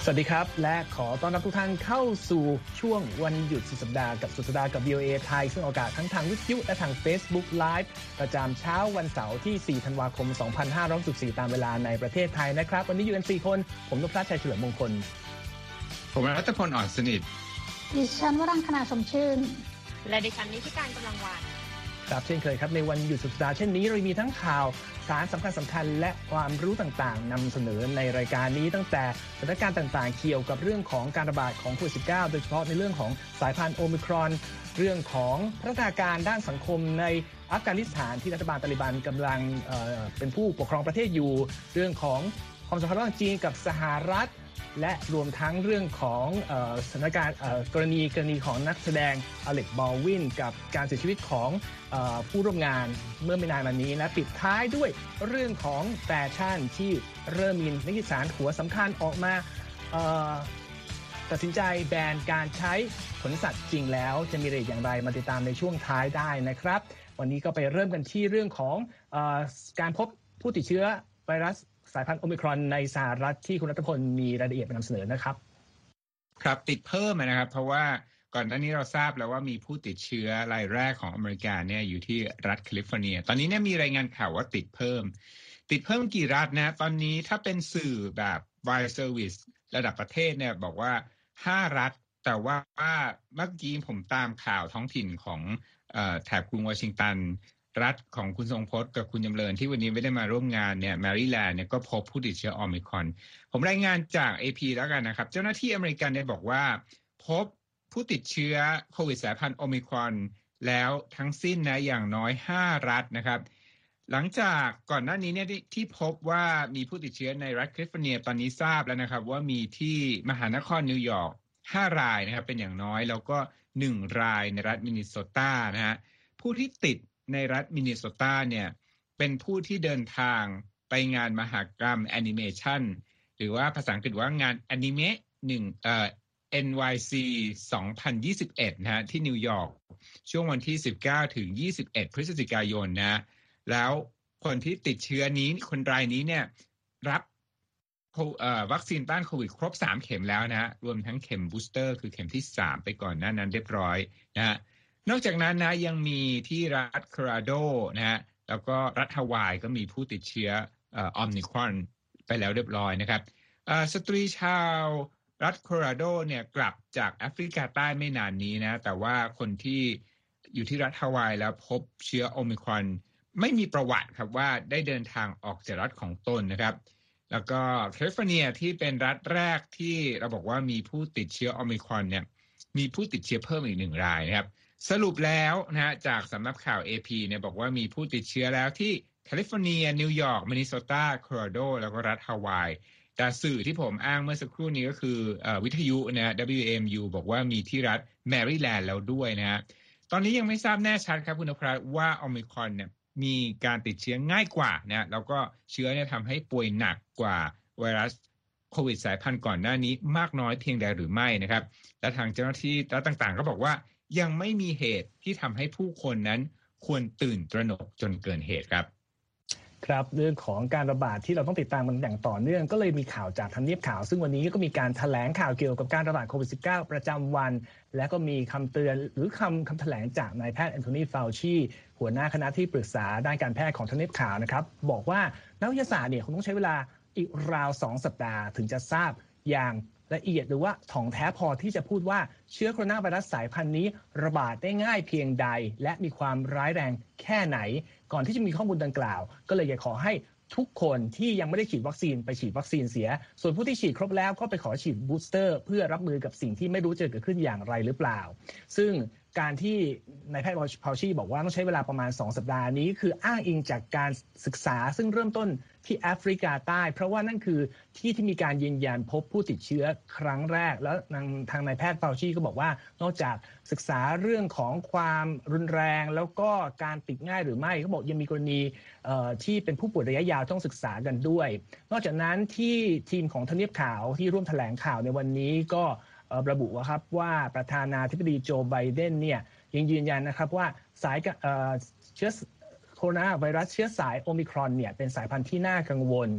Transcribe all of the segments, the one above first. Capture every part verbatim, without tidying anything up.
สวัสดีครับและขอต้อนรับทุกท่านเข้าสู่ช่วงวันหยุดสุดสัปดาห์กับสุดสัปดาห์กับ วี โอ เอ ไทยซึ่งออกอากาศทั้งทางวิทยุและทาง Facebook Live ประจำเช้าวันเสาร์ที่สี่ธันวาคมสองพันห้าร้อยหกสิบสี่ตามเวลาในประเทศไทยนะครับวันนี้อยู่กันสี่คนผมนพรัตน์ชัยเฉลิมมงคลผมรัตพลอ่อนสนิทดิฉันวรังคณาสมชื่นและดิฉันนิติการกำลังวานครับเช่นเคยครับในวันหยุดสุดสัปดาห์เช่นนี้เรามีทั้งข่าวสารสำคัญสำคัญและความรู้ต่างๆนำเสนอในรายการนี้ตั้งแต่สถานการณ์ต่างๆเกี่ยวกับเรื่องของการระบาดของโควิด สิบเก้า โดยเฉพาะในเรื่องของสายพันธุ์โอมิครอนเรื่องของพัฒนาการด้านสังคมในอัฟกานิสถานที่รัฐบาลตาลิบันกำลังเอ่อเป็นผู้ปกครองประเทศอยู่เรื่องของความสัมพันธ์ระหว่างจีนกับสหรัฐและรวมทั้งเรื่องของเอ่อสถานการณ์เอ่อกรณีกรณีของนักแสดงอเล็กบอลวินกับการเสียชีวิตของเอ่อผู้ร่วมงานเมื่อไม่นานมานี้และปิดท้ายด้วยเรื่องของแฟชั่นที่เริ่มมีนักวิชาการหัวสำคัญออกมาเอ่อตัดสินใจแบนการใช้ขนสัตว์จริงแล้วจะมีรายละเอียดอย่างไรมาติดตามในช่วงท้ายได้นะครับวันนี้ก็ไปเริ่มกันที่เรื่องของเอ่อการพบผู้ติดเชื้อไวรัสสายพันธุ์โอมิครอนในสหรัฐที่คุณรัตพลมีรายละเอียดมานำเสนอนะครับครับติดเพิ่มนะครับเพราะว่าก่อนหน้านี้เราทราบแล้วว่ามีผู้ติดเชื้อรายแรกของอเมริกาเนี่ยอยู่ที่รัฐแคลิฟอร์เนียตอนนี้เนี่ยมีรายงานข่าวว่าติดเพิ่มติดเพิ่มกี่รัฐนะตอนนี้ถ้าเป็นสื่อแบบ Wire Service ระดับประเทศเนี่ยบอกว่าห้ารัฐแต่ว่าเมื่อกี้ผมตามข่าวท้องถิ่นของเอ่อแถบกรุงวอชิงตันรัฐของคุณทรงพจน์กับคุณจำเริญที่วันนี้ไม่ได้มาร่วมงานเนี่ยแมริแลนด์เนี่ยก็พบผู้ติดเชื้อโอมิครอนผมรายงานจาก เอ พี แล้วกันนะครับเจ้าหน้าที่อเมริกันเนี่ยบอกว่าพบผู้ติดเชื้อโควิดสายพันธุ์โอมิครอนแล้วทั้งสิ้นนะอย่างน้อยห้ารัฐนะครับหลังจากก่อนหน้านี้เนี่ยที่พบว่ามีผู้ติดเชื้อในรัฐแคลิฟอร์เนียตอนนี้ทราบแล้วนะครับว่ามีที่มหานครนิวยอร์กห้ารายนะครับเป็นอย่างน้อยแล้วก็หนึ่งรายในรัฐมินนิโซตานะฮะผู้ที่ติดในรัฐมินนิโซตาเนี่ยเป็นผู้ที่เดินทางไปงานมหกรรมแอนิเมชันหรือว่าภาษาอังกฤษว่างานแอนิเมะหนึ่งเอ่อ เอ็น วาย ซี สองพันยี่สิบเอ็ดนะฮะที่นิวยอร์กช่วงวันที่สิบเก้าถึงยี่สิบเอ็ดพฤศจิกายนนะแล้วคนที่ติดเชื้อนี้คนรายนี้เนี่ยรับเอ่อวัคซีนต้านโควิดครบสามเข็มแล้วนะฮะรวมทั้งเข็มบูสเตอร์คือเข็มที่สามไปก่อนหน้านั้นเรียบร้อยนะฮะนอกจากนั้นนะยังมีที่รัฐโคโลราโดนะฮะแล้วก็รัฐฮาวายก็มีผู้ติดเชื้อเอ่อโอมิครอนไปแล้วเรียบร้อยนะครับเอ่อสตรีชาวรัฐโคโลราโดเนี่ยกลับจากแอฟริกาใต้ไม่นานนี้นะแต่ว่าคนที่อยู่ที่รัฐฮาวายแล้วพบเชื้อโอมิครอนไม่มีประวัติครับว่าได้เดินทางออกจากรัฐของตนนะครับแล้วก็แคลิฟอร์เนียที่เป็นรัฐแรกที่เราบอกว่ามีผู้ติดเชื้อโอมิครอนเนี่ยมีผู้ติดเชื้อเพิ่มอีกหนึ่งรายนะครับสรุปแล้วนะฮะจากสำนักข่าว เอ พี เนี่ยบอกว่ามีผู้ติดเชื้อแล้วที่แคลิฟอร์เนียนิวยอร์กมินนิโซตาโคโลราโดแล้วก็รัฐฮาวายแต่สื่อที่ผมอ้างเมื่อสักครู่นี้ก็คือเอ่อวิทยุนะ ดับเบิลยู เอ็ม ยู บอกว่ามีที่รัฐแมริแลนด์แล้วด้วยนะฮะตอนนี้ยังไม่ทราบแน่ชัดครับคุณนพรัตน์ว่าโอมิครอนเนี่ยมีการติดเชื้อง่ายกว่านะแล้วก็เชื้อเนี่ยทำให้ป่วยหนักกว่าไวรัสโควิดสายพันธุ์ก่อนหน้านี้มากน้อยเพียงใดหรือไม่นะครับและทางเจ้าหน้าที่รัฐต่างๆก็บอกว่ายังไม่มีเหตุที่ทำให้ผู้คนนั้นควรตื่นตระหนกจนเกินเหตุครับครับเรื่องของการระบาดที่เราต้องติดตามมันอย่างต่อเนื่องก็เลยมีข่าวจากทำเนียบข่าวซึ่งวันนี้ก็มีการแถลงข่าวเกี่ยวกับการระบาดโควิด สิบเก้า ประจำวันและก็มีคำเตือนหรือคำคำแถลงจากนายแพทย์แอนโทนี ฟาวชีหัวหน้าคณะที่ปรึกษาด้านการแพทย์ของทำเนียบข่าวนะครับบอกว่านักวิทยาศาสตร์เนี่ยคงต้องใช้เวลาอีกราวสองสัปดาห์ถึงจะทราบอย่างละเอียดหรือว่าถ่องแท้พอที่จะพูดว่าเชื้อโคโรนาไวรัสสายพันธุ์นี้ระบาดได้ง่ายเพียงใดและมีความร้ายแรงแค่ไหนก่อนที่จะมีข้อมูลดังกล่าวก็เลยอยากขอให้ทุกคนที่ยังไม่ได้ฉีดวัคซีนไปฉีดวัคซีนเสียส่วนผู้ที่ฉีดครบแล้วก็ไปขอฉีดบูสเตอร์เพื่อรับมือกับสิ่งที่ไม่รู้จะเกิดขึ้นอย่างไรหรือเปล่าซึ่งการที่นายแพทย์พาวชีบอกว่าต้องใช้เวลาประมาณสองสัปดาห์นี้คืออ้างอิงจากการศึกษาซึ่งเริ่มต้นที่แอฟริกาใต้เพราะว่านั่นคือที่ที่มีการยืนยันพบผู้ติดเชื้อครั้งแรกแล้วทางนายแพทย์พาวชีก็บอกว่านอกจากศึกษาเรื่องของความรุนแรงแล้วก็การติดง่ายหรือไม่เขาบอกยังมีกรณีที่เป็นผู้ป่วยระยะยาวต้องศึกษากันด้วยนอกจากนั้นที่ทีมของทำเนียบข่าวที่ร่วมแถลงข่าวในวันนี้ก็ระบุว่าครับว่าประธานาธิบดีโจไบเดนเนี่ยยังยืนยันนะครับว่าสายเชื้อโคโรนาไวรัสเชื้อสายโอมิครอนเนี่ยเป็นสายพันธุ์ที่น่ากังวล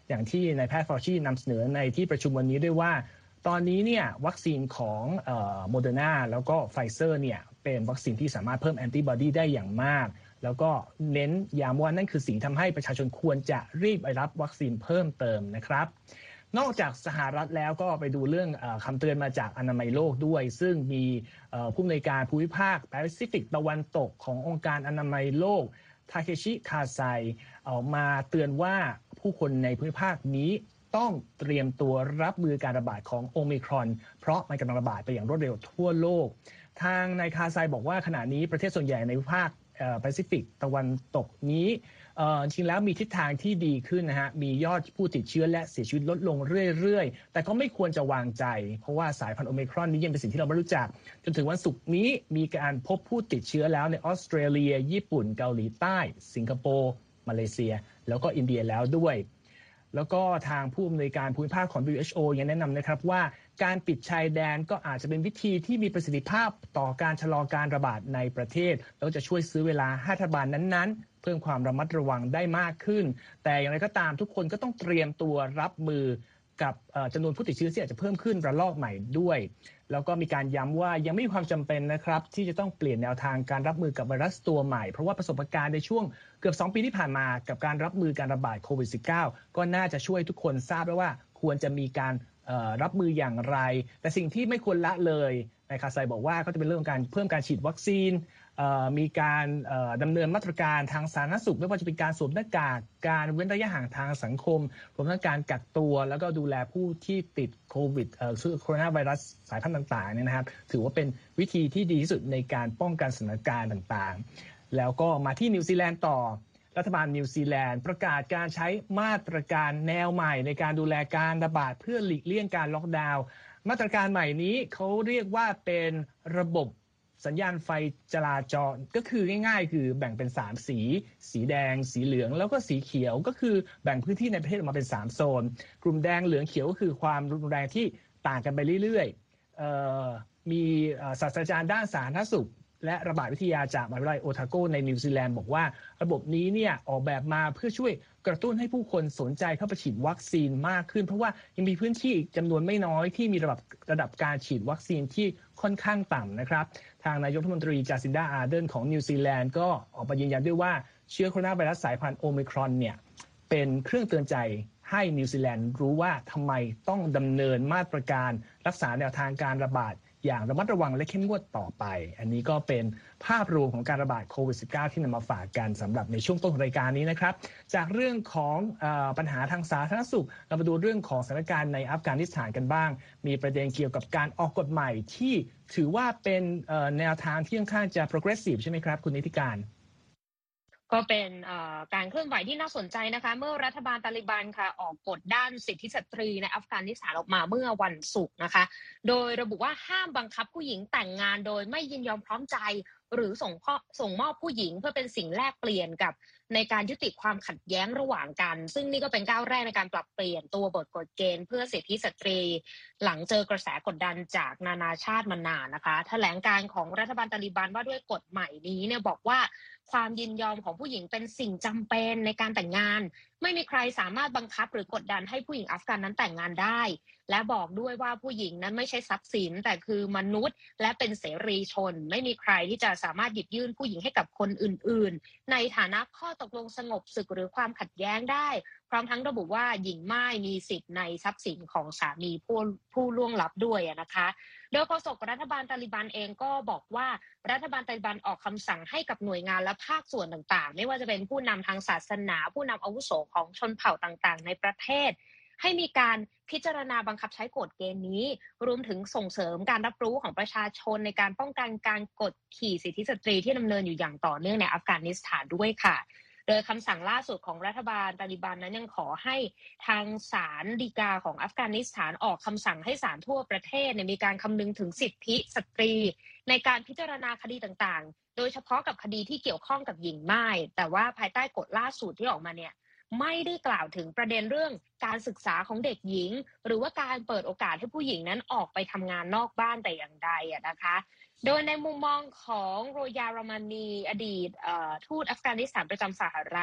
อย่างที่นายแพทย์ฟอร์ชีนำเสนอในที่ประชุมวันนี้ด้วยว่าตอนนี้เนี่ยวัคซีนของโมเดอร์นาแล้วก็ไฟเซอร์เนี่ยเป็นวัคซีนที่สามารถเพิ่มแอนติบอดีได้อย่างมากแล้วก็เน้นย้ำว่านั่นคือสิ่งทำให้ประชาชนควรจะรีบไปรับวัคซีนเพิ่มเติมนะครับนอกจากสหรัฐแล้วก็ไปดูเรื่องคำเตือนมาจากอนามัยโลกด้วยซึ่งมีผู้อำนวยการภูมิภาคแปซิฟิกตะวันตกขององค์การอนามัยโลกทาเคชิคาไซออกมาเตือนว่าผู้คนในภูมิภาคนี้ต้องเตรียมตัวรับมือการระบาดของโอมิครอนเพราะมันกำลังระบาดไปอย่างรวดเร็วทั่วโลกทางนายคาไซบอกว่าขณะนี้ประเทศส่วนใหญ่ในภูมิภาคแปซิฟิกตะวันตกนี้จริงแล้วมีทิศทางที่ดีขึ้นนะฮะมียอดผู้ติดเชื้อและเสียชีวิตลดลงเรื่อยๆแต่ก็ไม่ควรจะวางใจเพราะว่าสายพันธุ์โอมิครอนนี้ยังเป็นสิ่งที่เราไม่รู้จักจนถึงวันศุกร์นี้มีการพบผู้ติดเชื้อแล้วในออสเตรเลียญี่ปุ่นเกาหลีใต้สิงคโปร์มาเลเซียแล้วก็อินเดียแล้วด้วยแล้วก็ทางผู้อำนวยการภูมิภาคของ ดับเบิลยู เอช โอ ยังแนะนำนะครับว่าการปิดชายแดนก็อาจจะเป็นวิธีที่มีประสิทธิภาพต่อการชะลอการระบาดในประเทศแล้วจะช่วยซื้อเวลาให้รัฐบาลนั้นๆเพิ่มความระมัดระวังได้มากขึ้นแต่อย่างไรก็ตามทุกคนก็ต้องเตรียมตัวรับมือกับจำนวนผู้ติดเชื้อที่อาจจะเพิ่มขึ้นระลอกใหม่ด้วยแล้วก็มีการย้ำว่ายังไม่มีความจำเป็นนะครับที่จะต้องเปลี่ยนแนวทางการรับมือกับไวรัสตัวใหม่เพราะว่าประสบการณ์ในช่วงเกือบสองปีที่ผ่านมากับการรับมือการระบาดโควิด สิบเก้า ก็น่าจะช่วยทุกคนทราบได้ว่าควรจะมีการรับมืออย่างไรแต่สิ่งที่ไม่ควรละเลยนายคาไซบอกว่าก็จะเป็นเรื่องการเพิ่มการฉีดวัคซีนมีการดำเนินมาตรการทางสาธารณสุขไม่ว่าจะเป็นการสวมหน้ากากการเว้นระยะห่างทางสังคมรวมทั้งการกักตัวแล้วก็ดูแลผู้ที่ติดโควิดโคโรนาไวรัสสายพันธุ์ต่างๆเนี่ยนะครับถือว่าเป็นวิธีที่ดีที่สุดในการป้องกันสถานการณ์ต่างๆแล้วก็มาที่นิวซีแลนด์ต่อรัฐบาลนิวซีแลนด์ประกาศการใช้มาตรการแนวใหม่ในการดูแลการระบาดเพื่อหลีกเลี่ยงการล็อกดาวน์มาตรการใหม่นี้เขาเรียกว่าเป็นระบบสัญญาณไฟจราจรก็คือง่ายๆคือแบ่งเป็นสามสีสีแดงสีเหลืองแล้วก็สีเขียวก็คือแบ่งพื้นที่ในประเทศออกมาเป็นสามโซนกลุ่มแดงเหลืองเขียวก็คือความรุนแรงที่ต่างกันไปเรื่อยๆมีศาสตราจารย์ด้านสาธารณสุขและระบาดวิทยาจากมหาวิทยาลัยโอทาโกในนิวซีแลนด์บอกว่าระบบนี้เนี่ยออกแบบมาเพื่อช่วยกระตุ้นให้ผู้คนสนใจเข้าไปฉีดวัคซีนมากขึ้นเพราะว่ายังมีพื้นที่จำนวนไม่น้อยที่มีระดับระดับการฉีดวัคซีนที่ค่อนข้างต่ำนะครับทางนายกรัฐมนตรีจาซินดาอาร์เดนของนิวซีแลนด์ก็ออกมายืนยันด้วยว่าเชื้อโคโรนาไวรัสสายพันธุ์โอมิครอนเนี่ยเป็นเครื่องเตือนใจให้นิวซีแลนด์รู้ว่าทำไมต้องดำเนินมาตรการรักษาแนวทางการระบาดอย่างระมัดระวังและเข้มงวดต่อไปอันนี้ก็เป็นภาพรวมของการระบาดโควิด สิบเก้า ที่นำมาฝากกันสำหรับในช่วงต้นของรายการนี้นะครับจากเรื่องของเอ่อปัญหาทางสาธารณสุขเรามาดูเรื่องของสถานการณ์ในอัฟกานิสถานกันบ้างมีประเด็นเกี่ยวกับการออกกฎใหม่ที่ถือว่าเป็นเอ่อแนวทางที่ค่อนข้างจะ progressive ใช่ไหมครับคุณนิติการก็เป็นการเคลื่อนไหวที่น่าสนใจนะคะเมื่อรัฐบาลตาลิบันค่ะออกกฎด้านสิทธิสตรีในอัฟกานิสถานออกมาเมื่อวันศุกร์นะคะโดยระบุว่าห้ามบังคับผู้หญิงแต่งงานโดยไม่ยินยอมพร้อมใจหรือส่งส่งมอบผู้หญิงเพื่อเป็นสิ่งแลกเปลี่ยนกับในการยุติความขัดแย้งระหว่างกันซึ่งนี่ก็เป็นก้าวแรกในการปรับเปลี่ยนตัวบทกฎเกณฑ์เพื่อสิทธิสตรีหลังเจอกระแสกดดันจากนานาชาติมานานนะคะแถลงการของรัฐบาลตาลิบันว่าด้วยกฎใหม่นี้เนี่ยบอกว่าความยินยอมของผู้หญิงเป็นสิ่งจำเป็นในการแต่งงานไม่มีใครสามารถบังคับหรือกดดันให้ผู้หญิงอัฟกันนั้นแต่งงานได้และบอกด้วยว่าผู้หญิงนั้นไม่ใช่ทรัพย์สินแต่คือมนุษย์และเป็นเสรีชนไม่มีใครที่จะสามารถหยิบยื่นผู้หญิงให้กับคนอื่นๆในฐานะข้อตกลงสงบศึกหรือความขัดแย้งได้พร้อมทั้งระบุว่าหญิงม่ายมีสิทธิ์ในทรัพย์สินของสามีผู้ผู้ล่วงลับด้วยนะคะโดยโฆษกรัฐบาลตาลิบันเองก็บอกว่ารัฐบาลตาลิบันออกคำสั่งให้กับหน่วยงานและภาคส่วนต่างๆไม่ว่าจะเป็นผู้นำทางศาสนาผู้นำอาวุโสของชนเผ่าต่างๆในประเทศให้มีการพิจารณาบังคับใช้กฎเกณฑ์นี้รวมถึงส่งเสริมการรับรู้ของประชาชนในการป้องกันการกดขี่สิทธิสตรีที่ดำเนินอยู่อย่างต่อเนื่องในอัฟกานิสถานด้วยค่ะโดยคำสั่งล่าสุดของรัฐบาลตาลิบันนั้นยังขอให้ทางศาลฎีกาของอัฟกานิสถานออกคำสั่งให้ศาลทั่วประเทศมีการคำนึงถึงสิทธิสตรีในการพิจารณาคดีต่างๆโดยเฉพาะกับคดีที่เกี่ยวข้องกับหญิงม่ายแต่ว่าภายใต้กฎล่าสุดที่ออกมาเนี่ยไม่ได้กล่าวถึงประเด็นเรื่องการศึกษาของเด็กหญิงหรือว่าการเปิดโอกาสให้ผู้หญิงนั้นออกไปทำงานนอกบ้านแต่อย่างใดนะคะโดยในมุมมองของโรยารามานีอดีตทูตอัฟกานิสถานประจำสหรัฐ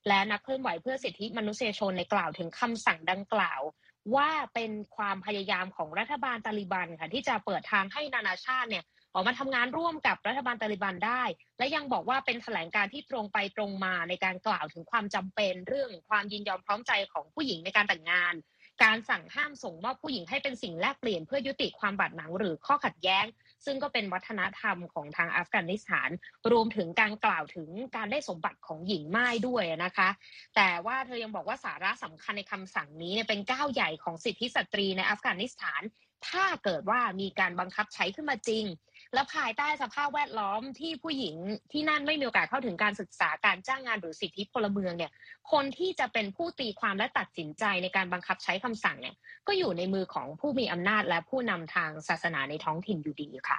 และนักเคลื่อนไหวเพื่อสิทธิมนุษยชนในกล่าวถึงคำสั่งดังกล่าวว่าเป็นความพยายามของรัฐบาลตาลิบันค่ะที่จะเปิดทางให้นานาชาติเนี่ยออกมาทำงานร่วมกับรัฐบาลตาลิบันได้และยังบอกว่าเป็นแถลงการที่ตรงไปตรงมาในการกล่าวถึงความจำเป็นเรื่องความยินยอมพร้อมใจของผู้หญิงในการแต่งงานการสั่งห้ามส่งมอบผู้หญิงให้เป็นสิ่งแลกเปลี่ยนเพื่อยุติความบาดหมางหรือข้อขัดแย้งซึ่งก็เป็นวัฒนธรรมของทางอัฟกานิสถานรวมถึงการกล่าวถึงการได้สมบัติของหญิงม่ายด้วยนะคะแต่ว่าเธอยังบอกว่าสาระสำคัญในคำสั่งนี้เนี่ยเป็นก้าวใหญ่ของสิทธิสตรีในอัฟกานิสถานถ้าเกิดว่ามีการบังคับใช้ขึ้นมาจริงและภายใต้สภาพแวดล้อมที่ผู้หญิงที่นั่นไม่มีโอกาสเข้าถึงการศึกษาการจ้างงานหรือสิทธิพลเมืองเนี่ยคนที่จะเป็นผู้ตีความและตัดสินใจในการบังคับใช้คำสั่งเนี่ยก็อยู่ในมือของผู้มีอำนาจและผู้นำทางศาสนาในท้องถิ่นอยู่ดีค่ะ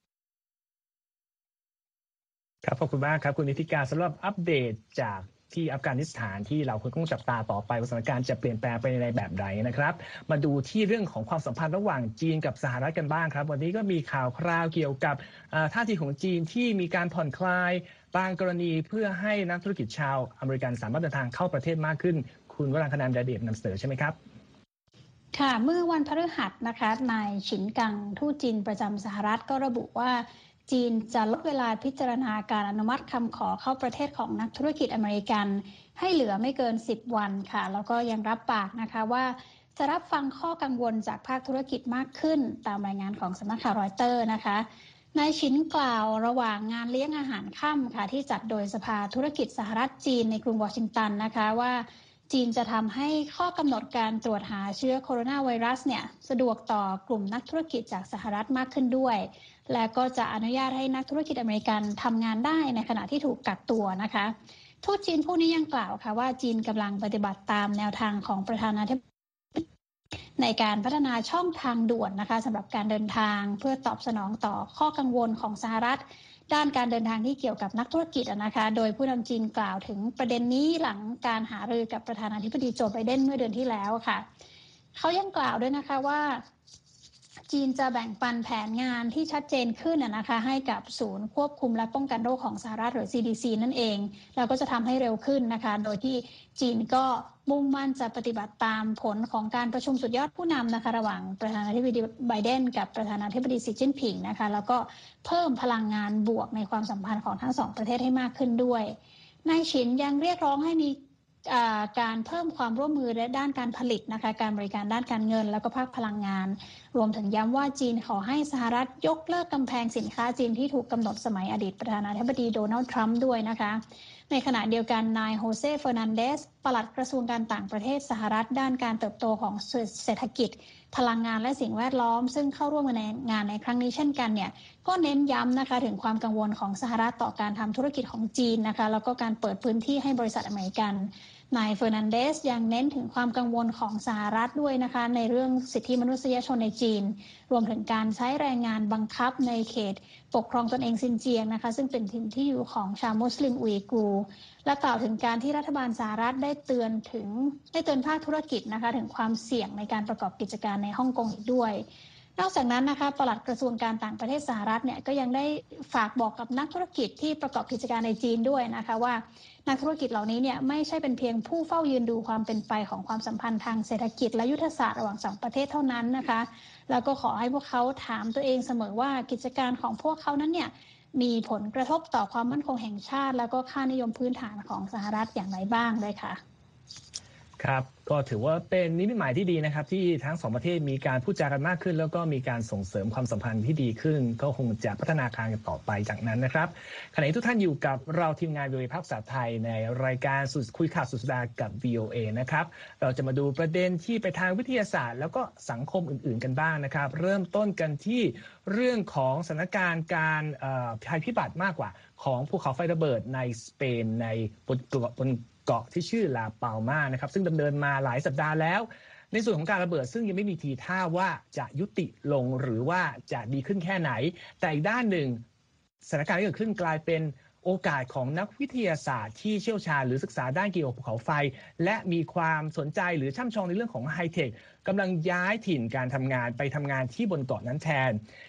ครับขอบคุณมากครับคุณนิติการสำหรับอัปเดตจากที่อัฟกานิสถานที่เราคงต้องจับตาต่อไปว่าสถานการณ์จะเปลี่ยนแปลงไปในแบบใดนะครับมาดูที่เรื่องของความสัมพันธ์ระหว่างจีนกับสหรัฐกันบ้างครับวันนี้ก็มีข่าวคราวเกี่ยวกับท่าทีของจีนที่มีการผ่อนคลายบางกรณีเพื่อให้นักธุรกิจชาวอเมริกันสามารถเดินทางเข้าประเทศมากขึ้นคุณวรังคณามดาเดชนำเสนอใช่ไหมครับค่ะเมื่อวันพฤหัสนะคะนายฉินกังทูตจีนประจำสหรัฐก็ระบุว่าจีนจะลดเวลาพิจารณาการอนุมัติคำขอเข้าประเทศของนักธุรกิจอเมริกันให้เหลือไม่เกินสิบวันค่ะแล้วก็ยังรับปากนะคะว่าจะรับฟังข้อกังวลจากภาคธุรกิจมากขึ้นตามรายงานของสำนักข่าวรอยเตอร์นะคะนายฉินกล่าวระหว่างงานเลี้ยงอาหารค่ำค่ะที่จัดโดยสภาธุรกิจสหรัฐจีนในกรุงวอชิงตันนะคะว่าจีนจะทำให้ข้อกำหนดการตรวจหาเชื้อโคโรนาไวรัสเนี่ยสะดวกต่อกลุ่มนักธุรกิจจากสหรัฐมากขึ้นด้วยและก็จะอนุญาตให้นักธุรกิจอเมริกันทำงานได้ในขณะที่ถูกกักตัวนะคะทูตจีนผู้นี้ยังกล่าวค่ะว่าจีนกำลังปฏิบัติตามแนวทางของประธานาธิบดีในการพัฒนาช่องทางด่วนนะคะสำหรับการเดินทางเพื่อตอบสนองต่อข้อกังวลของสหรัฐด้านการเดินทางที่เกี่ยวกับนักธุรกิจนะคะโดยผู้นำจีนกล่าวถึงประเด็นนี้หลังการหารือกับประธานาธิบดีโจไบเดนเมื่อเดือนที่แล้วค่ะเขายังกล่าวด้วยนะคะว่าจีนจะแบ่งปันแผนงานที่ชัดเจนขึ้นนะคะให้กับศูนย์ควบคุมและป้องกันโรคของสหรัฐหรือ ซี ดี ซี นั่นเองแล้วก็จะทำให้เร็วขึ้นนะคะโดยที่จีนก็มุ่งมั่นจะปฏิบัติตามผลของการประชุมสุดยอดผู้นำนะคะระหว่างประธานาธิบดีไบเดนกับประธานาธิบดีสีจิ้นผิงนะคะแล้วก็เพิ่มพลังงานบวกในความสัมพันธ์ของทั้งสองประเทศให้มากขึ้นด้วยนายฉินยังเรียกร้องให้มีการเพิ่มความร่วมมือในด้านการผลิตนะคะการบริการด้านการเงินแล้วก็ภาคพลังงานรวมถึงย้ำว่าจีนขอให้สหรัฐยกเลิกกำแพงสินค้าจีนที่ถูกกำหนดสมัยอดีตประธานาธิบดีโดนัลด์ทรัมป์ด้วยนะคะในขณะเดียวกันนายโฮเซเฟอร์นันเดสปลัดกระทรวงการต่างประเทศสหรัฐด้านการเติบโตของเศรษฐกิจพลังงานและสิ่งแวดล้อมซึ่งเข้าร่วมในงานในครั้งนี้เช่นกันเนี่ยก็เน้นย้ำนะคะถึงความกังวลของสหรัฐต่อการทำธุรกิจของจีนนะคะแล้วก็การเปิดพื้นที่ให้บริษัทอเมริกันนายเฟอร์นันเดสยังเน้นถึงความกังวลของสหรัฐด้วยนะคะในเรื่องสิทธิมนุษยชนในจีนรวมถึงการใช้แรงงานบังคับในเขตปกครองตนเองซินเจียงนะคะซึ่งเป็นถิ่นที่อยู่ของชาวมุสลิมอุยกูร์และกล่าวถึงการที่รัฐบาลสหรัฐได้เตือนถึงได้เตือนภาคธุรกิจนะคะถึงความเสี่ยงในการประกอบกิจการในฮ่องกงอีกด้วยนอกจากนั้นนะคะปลัดกระทรวงการต่างประเทศสหรัฐเนี่ยก็ยังได้ฝากบอกกับนักธุรกิจที่ประกอบกิจการในจีนด้วยนะคะว่านักธุรกิจเหล่านี้เนี่ยไม่ใช่เป็นเพียงผู้เฝ้ายืนดูความเป็นไปของความสัมพันธ์ทางเศรษฐกิจและยุทธศาสตร์ระหว่างสองประเทศเท่านั้นนะคะแล้วก็ขอให้พวกเขาถามตัวเองเสมอว่ากิจการของพวกเขานั้นเนี่ยมีผลกระทบต่อความมั่นคงแห่งชาติแล้วก็ค่านิยมพื้นฐานของสหรัฐอย่างไรบ้างเลยค่ะครับก็ถือว่าเป็นนิมิตหมายที่ดีนะครับที่ทั้งสองประเทศมีการพูดจากันมากขึ้นแล้วก็มีการส่งเสริมความสัมพันธ์ที่ดีขึ้นก็คงจะพัฒนาการกันต่อไปจากนั้นนะครับขณะนี้ทุกท่านอยู่กับเราทีมงาน วี โอ เอ ภาคภาษาไทยในรายการคุยข่าวสุดสัปดาห์กับ วี โอ เอ นะครับเราจะมาดูประเด็นที่ไปทางวิทยาศาสตร์แล้วก็สังคมอื่นๆกันบ้างนะครับเริ่มต้นกันที่เรื่องของสถานการณ์การภัยพิบัติมากกว่าของภูเขาไฟระเบิดในสเปนในบนเกาะบนเกาะที่ชื่อลาปาลมานะครับซึ่งดำเนินมาหลายสัปดาห์แล้วในส่วนของการระเบิดซึ่งยังไม่มีทีท่าว่าจะยุติลงหรือว่าจะดีขึ้นแค่ไหนแต่อีกด้านหนึ่งสถานการณ์ที่เกิดขึ้นกลายเป็นโอกาสของนักวิทยาศาสตร์ที่เชี่ยวชาญหรือศึกษาด้านเกี่ยวกับภูเขาไฟและมีความสนใจหรือช่ำชองในเรื่องของไฮเทคกำลังย้ายถิ่นการทำงานไปทำงานที่บนเกาะนั้นแทน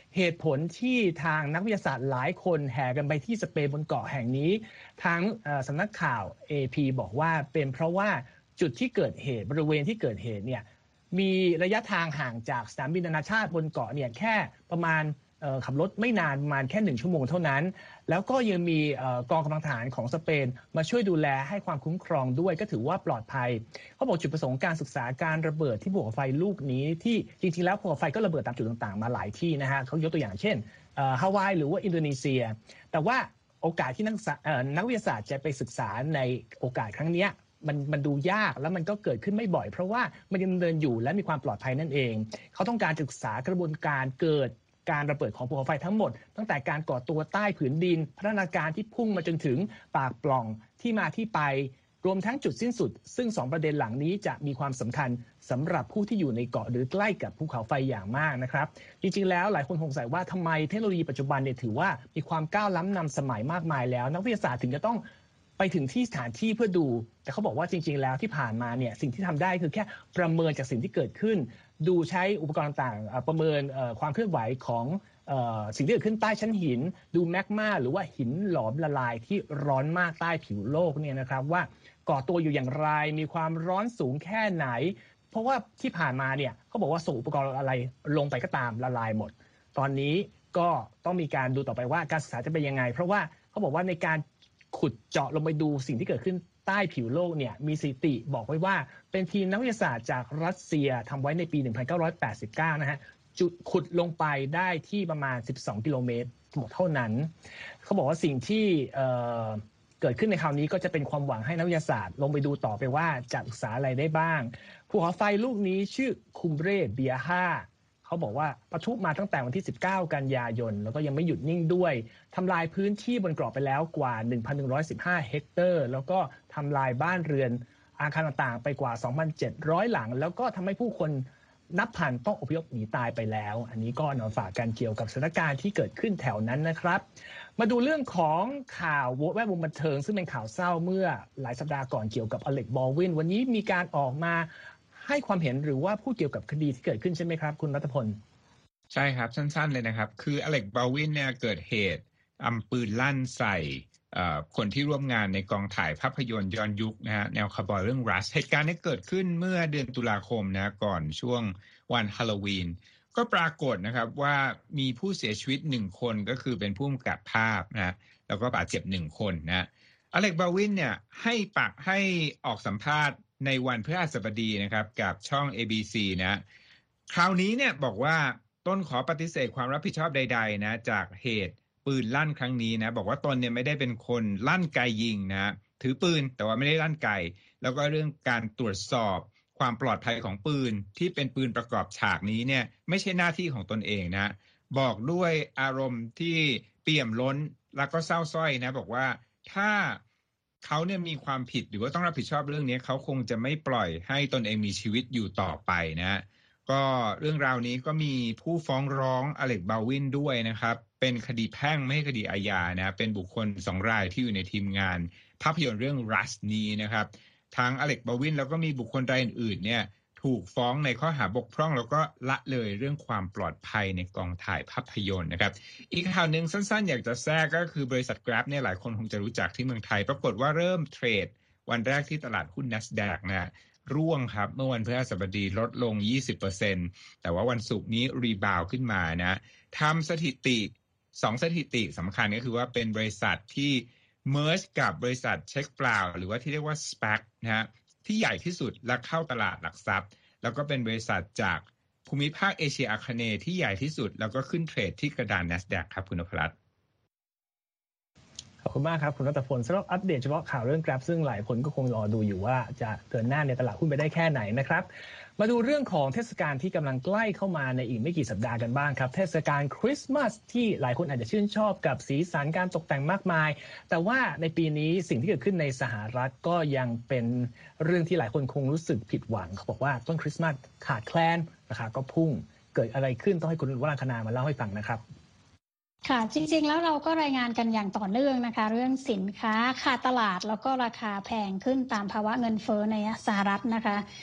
เหตุผลที่ทางนักวิทยาศาสตร์หลายคนแห่กันไปที่สเปนบนเกาะแห่งนี้ทางสำนักข่าว เอ พี บอกว่าเป็นเพราะว่าจุดที่เกิดเหตุบริเวณที่เกิดเหตุเนี่ยมีระยะทางห่างจากสนามบินนานาชาติบนเกาะเนี่ยแค่ประมาณขับรถไม่นานประมาณแค่หนึ่งชั่วโมงเท่านั้นแล้วก็ยังมีกองกำลังทหารของสเปนมาช่วยดูแลให้ความคุ้มครองด้วยก็ถือว่าปลอดภัยเขาบอกจุดประสงค์การศึกษาการระเบิดที่ภูเขาไฟลูกนี้ที่จริงๆแล้วภูเขาไฟก็ระเบิดตามจุดต่างๆมาหลายที่นะฮะเขายกตัวอย่างเช่นฮาวายหรือว่าอินโดนีเซียแต่ว่าโอกาสที่นักนักวิทยาศาสตร์จะไปศึกษาในโอกาสครั้งนี้มันมันดูยากแล้วมันก็เกิดขึ้นไม่บ่อยเพราะว่ามันยังเดินอยู่และมีความปลอดภัยนั่นเองเขาต้องการศึกษากระบวนการเกิดการระเบิดของภูเขาไฟทั้งหมดตั้งแต่การก่อตัวใต้ผืนดินพัฒนาการที่พุ่งมาจนถึงปากปล่องที่มาที่ไปรวมทั้งจุดสิ้นสุดซึ่งสองประเด็นหลังนี้จะมีความสำคัญสำหรับผู้ที่อยู่ในเกาะหรือใกล้กับภูเขาไฟอย่างมากนะครับจริงๆแล้วหลายคนสงสัยว่าทำไมเทคโนโลยีปัจจุบันเนี่ยถือว่ามีความก้าวล้ำนำสมัยมากมายแล้วนักวิทยาศาสตร์ถึงจะต้องไปถึงที่สถานที่เพื่อดูแต่เขาบอกว่าจริงๆแล้วที่ผ่านมาเนี่ยสิ่งที่ทำได้คือแค่ประเมินจากสิ่งที่เกิดขึ้นดูใช้อุปกรณ์ต่างๆประเมินความเคลื่อนไหวของสิ่งที่เกิดขึ้นใต้ชั้นหินดูแมกมาหรือว่าหินหลอมละลายที่ร้อนมากใต้ผิวโลกเนี่ยนะครับว่าก่อตัวอยู่อย่างไรมีความร้อนสูงแค่ไหนเพราะว่าที่ผ่านมาเนี่ยเขาบอกว่าส่งอุปกรณ์อะไรลงไปก็ตามละลายหมดตอนนี้ก็ต้องมีการดูต่อไปว่าการศึกษาจะเป็นยังไงเพราะว่าเขาบอกว่าในการขุดเจาะลงไปดูสิ่งที่เกิดขึ้นใต้ผิวโลกเนี่ยมีสถิติบอกไว้ว่าเป็นทีมนักวิทยาศาสตร์จากรัสเซียทำไว้ในปี หนึ่งพันเก้าร้อยแปดสิบเก้า นะฮะจุดขุดลงไปได้ที่ประมาณสิบสองกิโลเมตรเท่านั้นเขาบอกว่าสิ่งที่เอ่อเกิดขึ้นในคราวนี้ก็จะเป็นความหวังให้นักวิทยาศาสตร์ลงไปดูต่อไปว่าจะศึกษาอะไรได้บ้างภูเขาไฟลูกนี้ชื่อคุมเบรเบียห้าเขาบอกว่าปะทุมาตั้งแต่วันที่สิบเก้ากันยายนแล้วก็ยังไม่หยุดนิ่งด้วยทำลายพื้นที่บนเกาะไปแล้วกว่า หนึ่งพันหนึ่งร้อยสิบห้า เฮกเตอร์แล้วก็ทำลายบ้านเรือนอาคารต่างๆไปกว่า สองพันเจ็ดร้อย หลังแล้วก็ทำให้ผู้คนนับพันต้องอพยพหนีตายไปแล้วอันนี้ก็นำฝากกันเกี่ยวกับสถานการณ์ที่เกิดขึ้นแถวนั้นนะครับมาดูเรื่องของข่าวแวดวงบันเทิงซึ่งเป็นข่าวเศร้าเมื่อหลายสัปดาห์ก่อนเกี่ยวกับอเล็กบอลวินวันนี้มีการออกมาให้ความเห็นหรือว่าพูดเกี่ยวกับคดีที่เกิดขึ้นใช่ไหมครับคุณรัตพลใช่ครับสั้นๆเลยนะครับคืออเล็กบอลวินเนี่ยเกิดเหตุอำปืนลั่นใส่คนที่ร่วมงานในกองถ่ายภาพยนตร์ย้อนยุคนะฮะแนวคาวบอยเรื่องรัสเหตุการณ์นี้เกิดขึ้นเมื่อเดือนตุลาคมนะก่อนช่วงวันฮาโลวีนก็ปรากฏนะครับว่ามีผู้เสียชีวิตหนึ่งคนก็คือเป็นผู้กำกับภาพนะแล้วก็บาดเจ็บหนึ่งคนนะอเล็กบอลวินเนี่ยให้ปากให้ออกสัมภาษณ์ในวันพฤหัสบดีนะครับกับช่อง เอ บี ซี นะคราวนี้เนี่ยบอกว่าตนขอปฏิเสธความรับผิดชอบใดๆนะจากเหตุปืนลั่นครั้งนี้นะบอกว่าตนเนี่ยไม่ได้เป็นคนลั่นไกยิงนะถือปืนแต่ว่าไม่ได้ลั่นไกแล้วก็เรื่องการตรวจสอบความปลอดภัยของปืนที่เป็นปืนประกอบฉากนี้เนี่ยไม่ใช่หน้าที่ของตนเองนะบอกด้วยอารมณ์ที่เปี่ยมล้นแล้วก็เศร้าส้อยนะบอกว่าถ้าเขาเนี่ยมีความผิดหรือว่าต้องรับผิดชอบเรื่องนี้เขาคงจะไม่ปล่อยให้ตนเองมีชีวิตอยู่ต่อไปนะก็เรื่องราวนี้ก็มีผู้ฟ้องร้องอเล็กบอลวินด้วยนะครับเป็นคดีแพ่งไม่ใช่คดีอาญานะเป็นบุคคลสองรายที่อยู่ในทีมงานภาพยนตร์เรื่อง Rust นี้นะครับทั้งอเล็กบอลวินแล้วก็มีบุคคลรายอื่นๆเนี่ยถูกฟ้องในข้อหาบกพร่องแล้วก็ละเลยเรื่องความปลอดภัยในกองถ่ายภาพยนตร์นะครับอีกข่าวนึงสั้นๆอยากจะแทรกก็คือบริษัท Grab เนี่ยหลายคนคงจะรู้จักที่เมืองไทยปรากฏว่าเริ่มเทรดวันแรกที่ตลาดหุ้น NASDAQ นะร่วงครับเมื่อวันพฤหัสบดีลดลง ยี่สิบเปอร์เซ็นต์ แต่ว่าวันศุกร์นี้รีบาวขึ้นมานะทำสถิติสองสถิติสำคัญก็คือว่าเป็นบริษัทที่เมิร์จกับบริษัทเช็คเปล่าหรือว่าที่เรียกว่า สแปค นะฮะที่ใหญ่ที่สุดและเข้าตลาดหลักทรัพย์แล้วก็เป็นบริษัทจากภูมิภาคเอเชียอาคเนย์ที่ใหญ่ที่สุดแล้วก็ขึ้นเทรดที่กระดาน NASDAQ ครับคุณนพรัตน์ขอบคุณมากครับคุณรัตพลสำหรับอัปเดตเฉพาะข่าวเรื่อง Grab ซึ่งหลายคนก็คงรอดูอยู่ว่าจะเดินหน้าในตลาดหุ้นไปได้แค่ไหนนะครับมาดูเรื่องของเทศกาลที่กำลังใกล้เข้ามาในอีกไม่กี่สัปดาห์กันบ้างครับเทศกาลคริสต์มาสที่หลายคนอาจจะชื่นชอบกับสีสันการตกแต่งมากมายแต่ว่าในปีนี้สิ่งที่เกิดขึ้นในสหรัฐก็ยังเป็นเรื่องที่หลายคนคงรู้สึกผิดหวังเขาบอกว่าต้นคริสต์มาสขาดแคลนราคาก็พุ่งเกิดอะไรขึ้นต้องให้คุณวราคณามาเล่าให้ฟังนะครับค่ะจริงๆแล้วเราก็รายงานกันอย่างต่อเนื่องนะคะเรื่องสินค้าขาดตลาดแล้วก็ราคาแพงขึ้นตามภาวะเงินเฟ้อในสหรัฐนะคะ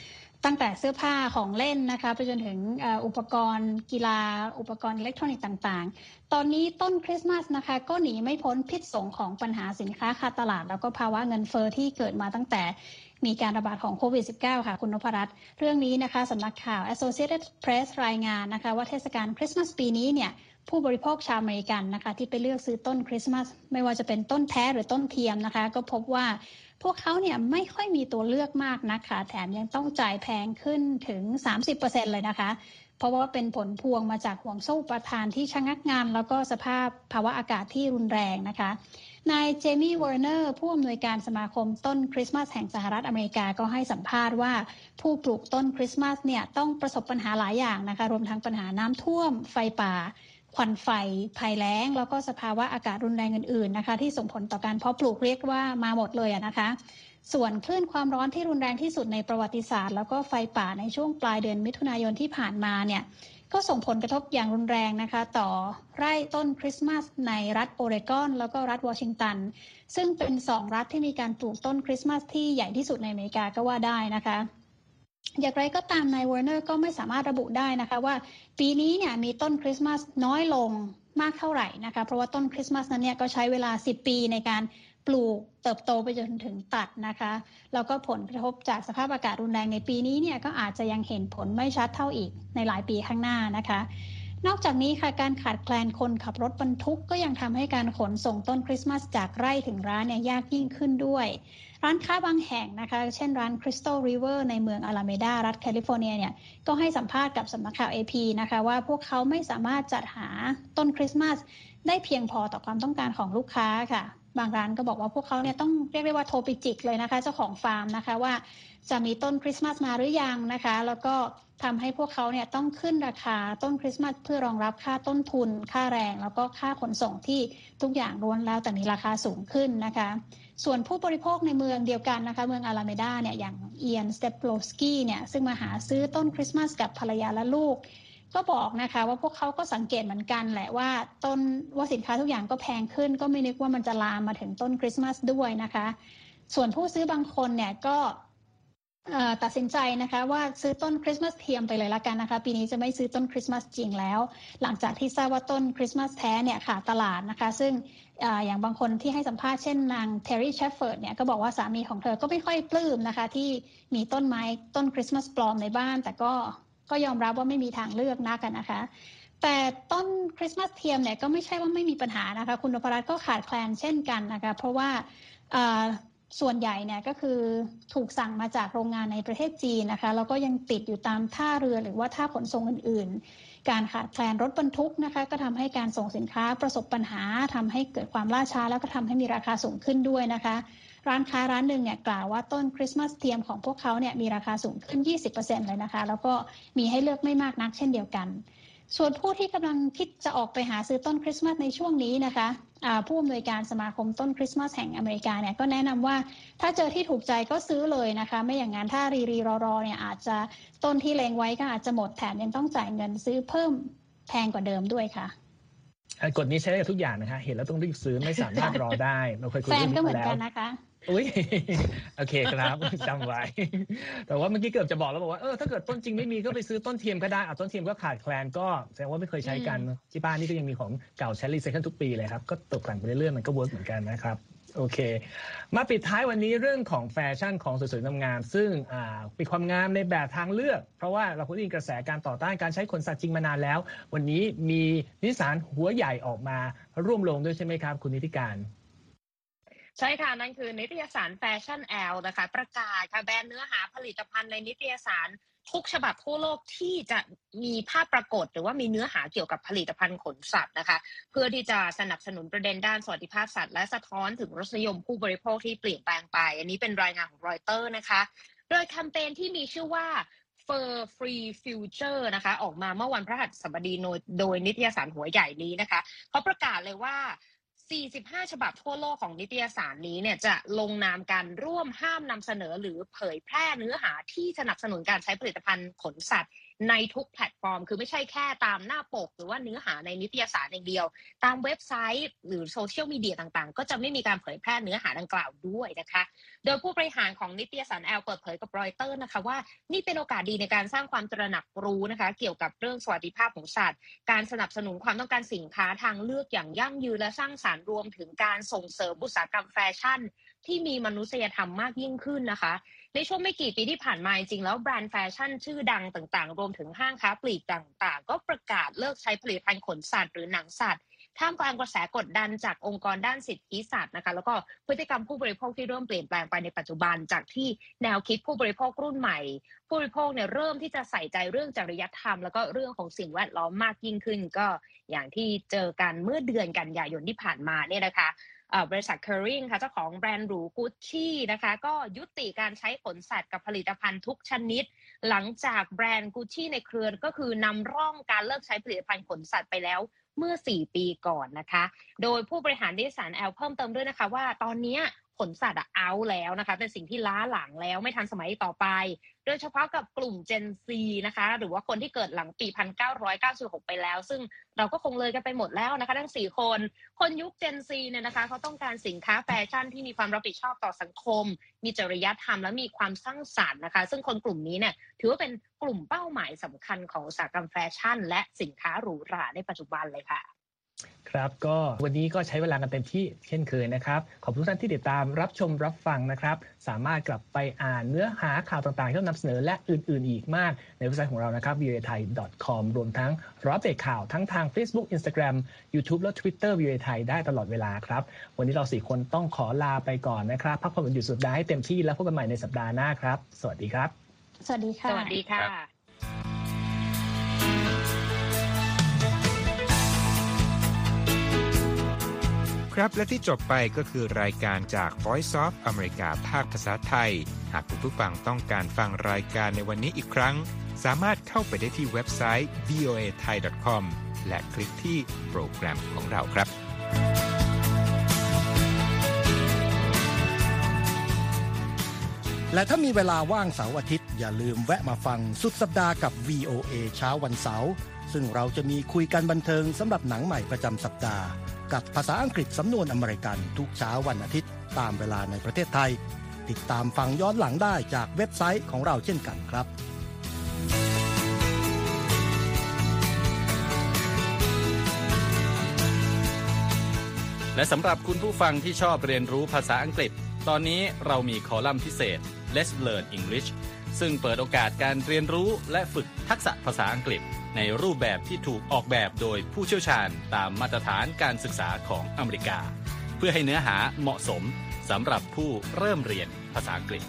ตั้งแต่เสื้อผ้าของเล่นนะคะไปจนถึงอุปกรณ์กีฬาอุปกรณ์อิเล็กทรอนิกส์ต่างๆตอนนี้ต้นคริสต์มาสนะคะก็หนีไม่พ้นพิษสงของปัญหาสินค้าขาดตลาดแล้วก็ภาวะเงินเฟ้อที่เกิดมาตั้งแต่มีการระบาดของโควิด สิบเก้า ค่ะคุณนพรัตน์เรื่องนี้นะคะสำนักข่าว Associated Press รายงานนะคะว่าเทศกาลคริสต์มาสปีนี้เนี่ยผู้บริโภคชาวอเมริกันนะคะที่ไปเลือกซื้อต้นคริสต์มาสไม่ว่าจะเป็นต้นแท้หรือต้นเทียมนะคะก็พบว่าพวกเขาเนี่ยไม่ค่อยมีตัวเลือกมากนะคะแถมยังต้องจ่ายแพงขึ้นถึง สามสิบเปอร์เซ็นต์ เลยนะคะเพราะว่าเป็นผลพวงมาจากห่วงโซ่อุปทานที่ชะงักงันแล้วก็สภาพภาวะอากาศที่รุนแรงนะคะนายเจมี่วอร์เนอร์ผู้อำนวยการสมาคมต้นคริสต์มาสแห่งสหรัฐอเมริกาก็ให้สัมภาษณ์ว่าผู้ปลูกต้นคริสต์มาสเนี่ยต้องประสบปัญหาหลายอย่างนะคะรวมทั้งปัญหาน้ำท่วมไฟป่าควันไฟภัยแล้งแล้วก็สภาวะอากาศรุนแรงอื่นๆนะคะที่ส่งผลต่อการเพาะปลูกเรียกว่ามาหมดเลยนะคะส่วนคลื่นความร้อนที่รุนแรงที่สุดในประวัติศาสตร์แล้วก็ไฟป่าในช่วงปลายเดือนมิถุนายนที่ผ่านมาเนี่ยก็ส่งผลกระทบอย่างรุนแรงนะคะต่อไร่ต้นคริสต์มาสในรัฐโอเรกอนแล้วก็รัฐวอชิงตันซึ่งเป็นสองรัฐที่มีการปลูกต้นคริสต์มาสที่ใหญ่ที่สุดในอเมริกาก็ว่าได้นะคะอย่างไรก็ตามนายวอร์เนอร์ก็ไม่สามารถระบุได้นะคะว่าปีนี้เนี่ยมีต้นคริสต์มาสน้อยลงมากเท่าไหร่นะคะเพราะว่าต้นคริสต์มาสนั้นเนี่ยก็ใช้เวลาสิบปีในการปลูกเติบโตไปจนถึงตัดนะคะแล้วก็ผลกระทบจากสภาพอากาศรุนแรงในปีนี้เนี่ยก็อาจจะยังเห็นผลไม่ชัดเท่าอีกในหลายปีข้างหน้านะคะนอกจากนี้ค่ะการขาดแคลนคนขับรถบรรทุกก็ยังทำให้การขนส่งต้นคริสต์มาสจากไร่ถึงร้านเนี่ยยากยิ่งขึ้นด้วยร้านค้าบางแห่งนะคะเช่นร้าน Crystal River ในเมืองอาลาเมดารัฐแคลิฟอร์เนียเนี่ยก็ให้สัมภาษณ์กับสำนักข่าว เอ พี นะคะว่าพวกเขาไม่สามารถจัดหาต้นคริสต์มาสได้เพียงพอต่อความต้องการของลูกค้าค่ะบางร้านก็บอกว่าพวกเขาเนี่ยต้องเรียกได้ว่าโทรไปจิกเลยนะคะเจ้าของฟาร์มนะคะว่าจะมีต้นคริสต์มาสมาหรือยังนะคะแล้วก็ทำให้พวกเขาเนี่ยต้องขึ้นราคาต้นคริสต์มาสเพื่อรองรับค่าต้นทุนค่าแรงแล้วก็ค่าขนส่งที่ทุกอย่างล้วนแล้วแต่มีราคาสูงขึ้นนะคะส่วนผู้บริโภคในเมืองเดียวกันนะคะเมืองอาลาเมดาเนี่ยอย่างเอียนสเตปโลสกี้เนี่ยซึ่งมาหาซื้อต้นคริสต์มาสกับภรรยาและลูกก็บอกนะคะว่าพวกเขาก็สังเกตเหมือนกันแหละว่าต้นว่าสินค้าทุกอย่างก็แพงขึ้นก็ไม่นึกว่ามันจะลามมาถึงต้นคริสต์มาสด้วยนะคะส่วนผู้ซื้อบางคนเนี่ยก็ตัดสินใจนะคะว่าซื้อต้นคริสต์มาสเทียมไปเลยละกันนะคะปีนี้จะไม่ซื้อต้นคริสต์มาสจริงแล้วหลังจากที่ทราบว่าต้นคริสต์มาสแท้เนี่ยขาดตลาดนะคะซึ่ง อ, อย่างบางคนที่ให้สัมภาษณ์เช่นนางเทอร์รี่เชฟเฟิร์ดเนี่ยก็บอกว่าสามีของเธอก็ไม่ค่อยปลื้มนะคะที่มีต้นไม้ต้นคริสต์มาสปลอมในบ้านแต่ก็ก็ยอมรับว่าไม่มีทางเลือกนักนะคะแต่ต้นคริสต์มาสเทียมเนี่ยก็ไม่ใช่ว่าไม่มีปัญหานะคะคุณนพรัตน์ก็ขาดแคลนเช่นกันนะคะเพราะว่าส่วนใหญ่เนี่ยก็คือถูกสั่งมาจากโรงงานในประเทศจีนนะคะแล้วก็ยังติดอยู่ตามท่าเรือหรือว่าท่าขนส่งอื่นๆการขาดแคลนรถบรรทุกนะคะก็ทำให้การส่งสินค้าประสบปัญหาทำให้เกิดความล่าช้าแล้วก็ทำให้มีราคาสูงขึ้นด้วยนะคะร้านค้าร้านหนึ่งเนี่ยกล่าวว่าต้นคริสต์มาสเทียมของพวกเขาเนี่ยมีราคาสูงขึ้น ยี่สิบเปอร์เซ็นต์ เลยนะคะแล้วก็มีให้เลือกไม่มากนักเช่นเดียวกันส่วนผู้ที่กำลังคิดจะออกไปหาซื้อต้นคริสต์มาสในช่วงนี้นะคะผู้อำนวยการสมาคมต้นคริสต์มาสแห่งอเมริกาเนี่ยก็แนะนำว่าถ้าเจอที่ถูกใจก็ซื้อเลยนะคะไม่อย่างนั้นถ้ารีรีรอรอเนี่ยอาจจะต้นที่เลงไว้ก็อาจจะหมดแถมยังต้องจ่ายเงินซื้อเพิ่มแพงกว่าเดิมด้วยค่ะกฎนี้ใช้ได้กับทุกอย่างนะคะเห็นแล้วต้องรีบซื้อไม่สามารถรอได้เราเคยคุยเรื่องนี้มาแล้วแฟนก็เหมือนกันนะคะอุ้ยโอเคครับจำไว้แต่ว่าเมื่อกี้เกือบจะบอกแล้วบอกว่าเออถ้าเกิดต้นจริงไม่มีก็ไปซื้อต้นเทียมก็ได้เอาต้นเทียมก็ขาดแคลนก็แสดงว่าไม่เคยใช้กันที่บ้านนี่ก็ยังมีของเก่าใช้รีไซเคิลทุกปีเลยครับก็ตกแต่งไปเรื่อยๆมันก็เวิร์กเหมือนกันนะครับโอเคมาปิดท้ายวันนี้เรื่องของแฟชั่นของสวยๆงามๆซึ่งมีความงามในแบบทางเลือกเพราะว่าเราคุ้นชินกระแสการต่อต้านการใช้ขนสัตว์จริงมานานแล้ววันนี้มีนิสสันหัวใหญ่ออกมาร่วมลงด้วยใช่ไหมครับคุณนิติการใช่ค่ะนั่นคือนิตยสารแฟชั่นแอลนะคะประกาศค่ะแบนเนื้อหาผลิตภัณฑ์ในนิตยสารทุกฉบับทั่วโลกที่จะมีภาพปรากฏหรือว่ามีเนื้อหาเกี่ยวกับผลิตภัณฑ์ขนสัตว์นะคะเพื่อที่จะสนับสนุนประเด็นด้านสวัสดิภาพสัตว์และสะท้อนถึงรสนิยมผู้บริโภคที่เปลี่ยนแปลงไปอันนี้เป็นรายงานของรอยเตอร์นะคะโดยแคมเปญที่มีชื่อว่า Fur Free Future นะคะออกมาเมื่อวันพฤหัสบดีโดยนิตยสารหัวใหญ่นี้นะคะเขาประกาศเลยว่าสี่สิบห้าฉบับทั่วโลกของนิตยสารนี้เนี่ยจะลงนามการร่วมห้ามนำเสนอหรือเผยแพร่เนื้อหาที่สนับสนุนการใช้ผลิตภัณฑ์ขนสัตว์ในทุกแพลตฟอร์มคือไม่ใช่แค่ตามหน้าปกหรือว่าเนื้อหาในนิตยสารอย่างเดียวตามเว็บไซต์หรือโซเชียลมีเดียต่างๆก็จะไม่มีการเผยแพร่เนื้อหาดังกล่าวด้วยนะคะโดยผู้บริหารของนิตยสารแอลเปิดเผยกับรอยเตอร์นะคะว่านี่เป็นโอกาสดีในการสร้างความตระหนักรู้นะคะเกี่ยวกับเรื่องสวัสดิภาพของสัตว์การสนับสนุนความต้องการสินค้าทางเลือกอย่างยั่งยืนและสร้างสรรค์รวมถึงการส่งเสริมอุตสาหกรรมแฟชั่นที่มีมนุษยธรรมมากยิ่งขึ้นนะคะในช่วงไม่กี่ปีที่ผ่านมาจริงๆแล้วแบรนด์แฟชั่นชื่อดังต่างๆรวมถึงห้างค้าปลีกต่างๆก็ประกาศเลิกใช้ผลิตภัณฑ์ขนสัตว์หรือหนังสัตว์ท่ามกลางกระแสกดดันจากองค์กรด้านสิทธิสัตว์นะคะแล้วก็พฤติกรรมผู้บริโภคที่เริ่มเปลี่ยนแปลงไปในปัจจุบันจากที่แนวคิดผู้บริโภครุ่นใหม่ผู้บริโภคเนี่ยเริ่มที่จะใส่ใจเรื่องจริยธรรมแล้วก็เรื่องของสิ่งแวดล้อมมากยิ่งขึ้นก็อย่างที่เจอกันเมื่อเดือนกันยายนที่ผ่านมาเนี่ยนะคะบริษัท Kering ค่ะเจ้าของแบรนด์หรู Gucci นะคะก็ยุติการใช้ขนสัตว์กับผลิตภัณฑ์ทุกชนิดหลังจากแบรนด์ Gucci ในเครือก็คือนำร่องการเลิกใช้ผลิตภัณฑ์ขนสัตว์ไปแล้วเมื่อสี่ปีก่อนนะคะโดยผู้บริหารนิตยสารแอลเพิ่มเติมด้วยนะคะว่าตอนนี้ขนสัตว์อะเอาแล้วนะคะเป็นสิ่งที่ล้าหลังแล้วไม่ทันสมัยต่อไปโดยเฉพาะกับกลุ่ม Gen Z นะคะหรือว่าคนที่เกิดหลังปี หนึ่งพันเก้าร้อยเก้าสิบหก ไปแล้วซึ่งเราก็คงเลยกันไปหมดแล้วนะคะทั้งสี่คนคนยุค Gen Z เนี่ยนะคะเขาต้องการสินค้าแฟชั่นที่มีความรับผิดชอบต่อสังคมมีจริยธรรมและมีความสร้างสรรค์นะคะซึ่งคนกลุ่มนี้เนี่ยถือว่าเป็นกลุ่มเป้าหมายสำคัญของอุตสาหกรรมแฟชั่นและสินค้าหรูหราในปัจจุบันเลยค่ะครับก็วันนี้ก็ใช้เวลากันเต็มที่เช่นเคยนะครับขอบคุณทุกท่านที่ติดตามรับชมรับฟังนะครับสามารถกลับไปอ่านเนื้อหาข่าวต่างๆที่เรานำเสนอและอื่นๆอีกมากในเว็บไซต์ของเรานะครับ วี โอ เอ ไทย ดอท คอม รวมทั้งรับอัปเดตข่าวทั้งทาง Facebook Instagram YouTube และ Twitter วี โอ เอ ไทยได้ตลอดเวลาครับวันนี้เราสี่คนต้องขอลาไปก่อนนะครับพักผ่อนวันหยุดสุดสัปดาห์ให้เต็มที่แล้วพบกันใหม่ในสัปดาห์หน้าครับสวัสดีครับสวัสดีค่ะสวัสดีค่ะครับและที่จบไปก็คือรายการจาก Voice of America ภาคภาษาไทยหากคุณผู้ฟังต้องการฟังรายการในวันนี้อีกครั้งสามารถเข้าไปได้ที่เว็บไซต์ วี โอ เอ ไทย ดอท คอม และคลิกที่โปรแกรมของเราครับและถ้ามีเวลาว่างเสาร์อาทิตย์อย่าลืมแวะมาฟังสุดสัปดาห์กับ วี โอ เอ เช้าวันเสาร์ซึ่งเราจะมีคุยกันบันเทิงสำหรับหนังใหม่ประจำสัปดาห์กับภาษาอังกฤษสำนวนอเมริกันทุกเช้าวันอาทิตย์ตามเวลาในประเทศไทยติดตามฟังย้อนหลังได้จากเว็บไซต์ของเราเช่นกันครับและสำหรับคุณผู้ฟังที่ชอบเรียนรู้ภาษาอังกฤษตอนนี้เรามีคอลัมน์พิเศษ Let's Learn English ซึ่งเปิดโอกาสการเรียนรู้และฝึกทักษะภาษาอังกฤษในรูปแบบที่ถูกออกแบบโดยผู้เชี่ยวชาญตามมาตรฐานการศึกษาของอเมริกาเพื่อให้เนื้อหาเหมาะสมสำหรับผู้เริ่มเรียนภาษาอังกฤษ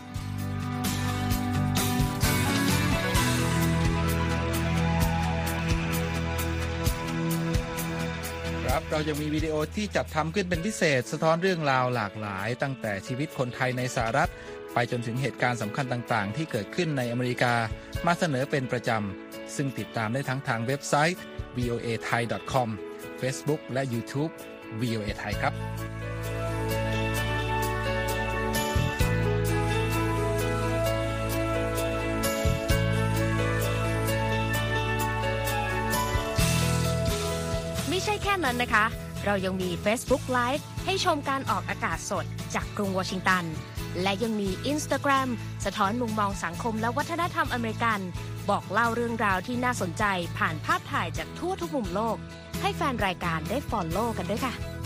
ครับเรายังมีวิดีโอที่จัดทำขึ้นเป็นพิเศษสะท้อนเรื่องราวหลากหลายตั้งแต่ชีวิตคนไทยในสหรัฐไปจนถึงเหตุการณ์สำคัญต่างๆที่เกิดขึ้นในอเมริกามาเสนอเป็นประจำซึ่งติดตามได้ทั้งทางเว็บไซต์ วี โอ เอ ไทย ดอท คอม Facebook และ YouTube วี โอ เอ ไทยครับไม่ใช่แค่นั้นนะคะเรายังมี Facebook Live ให้ชมการออกอากาศสดจากกรุงวอชิงตันและยังมี Instagram สะท้อนมุมมองสังคมและวัฒนธรรมอเมริกันบอกเล่าเรื่องราวที่น่าสนใจผ่านภาพถ่ายจากทั่วทุกมุมโลกให้แฟนรายการได้ follow กันด้วยค่ะ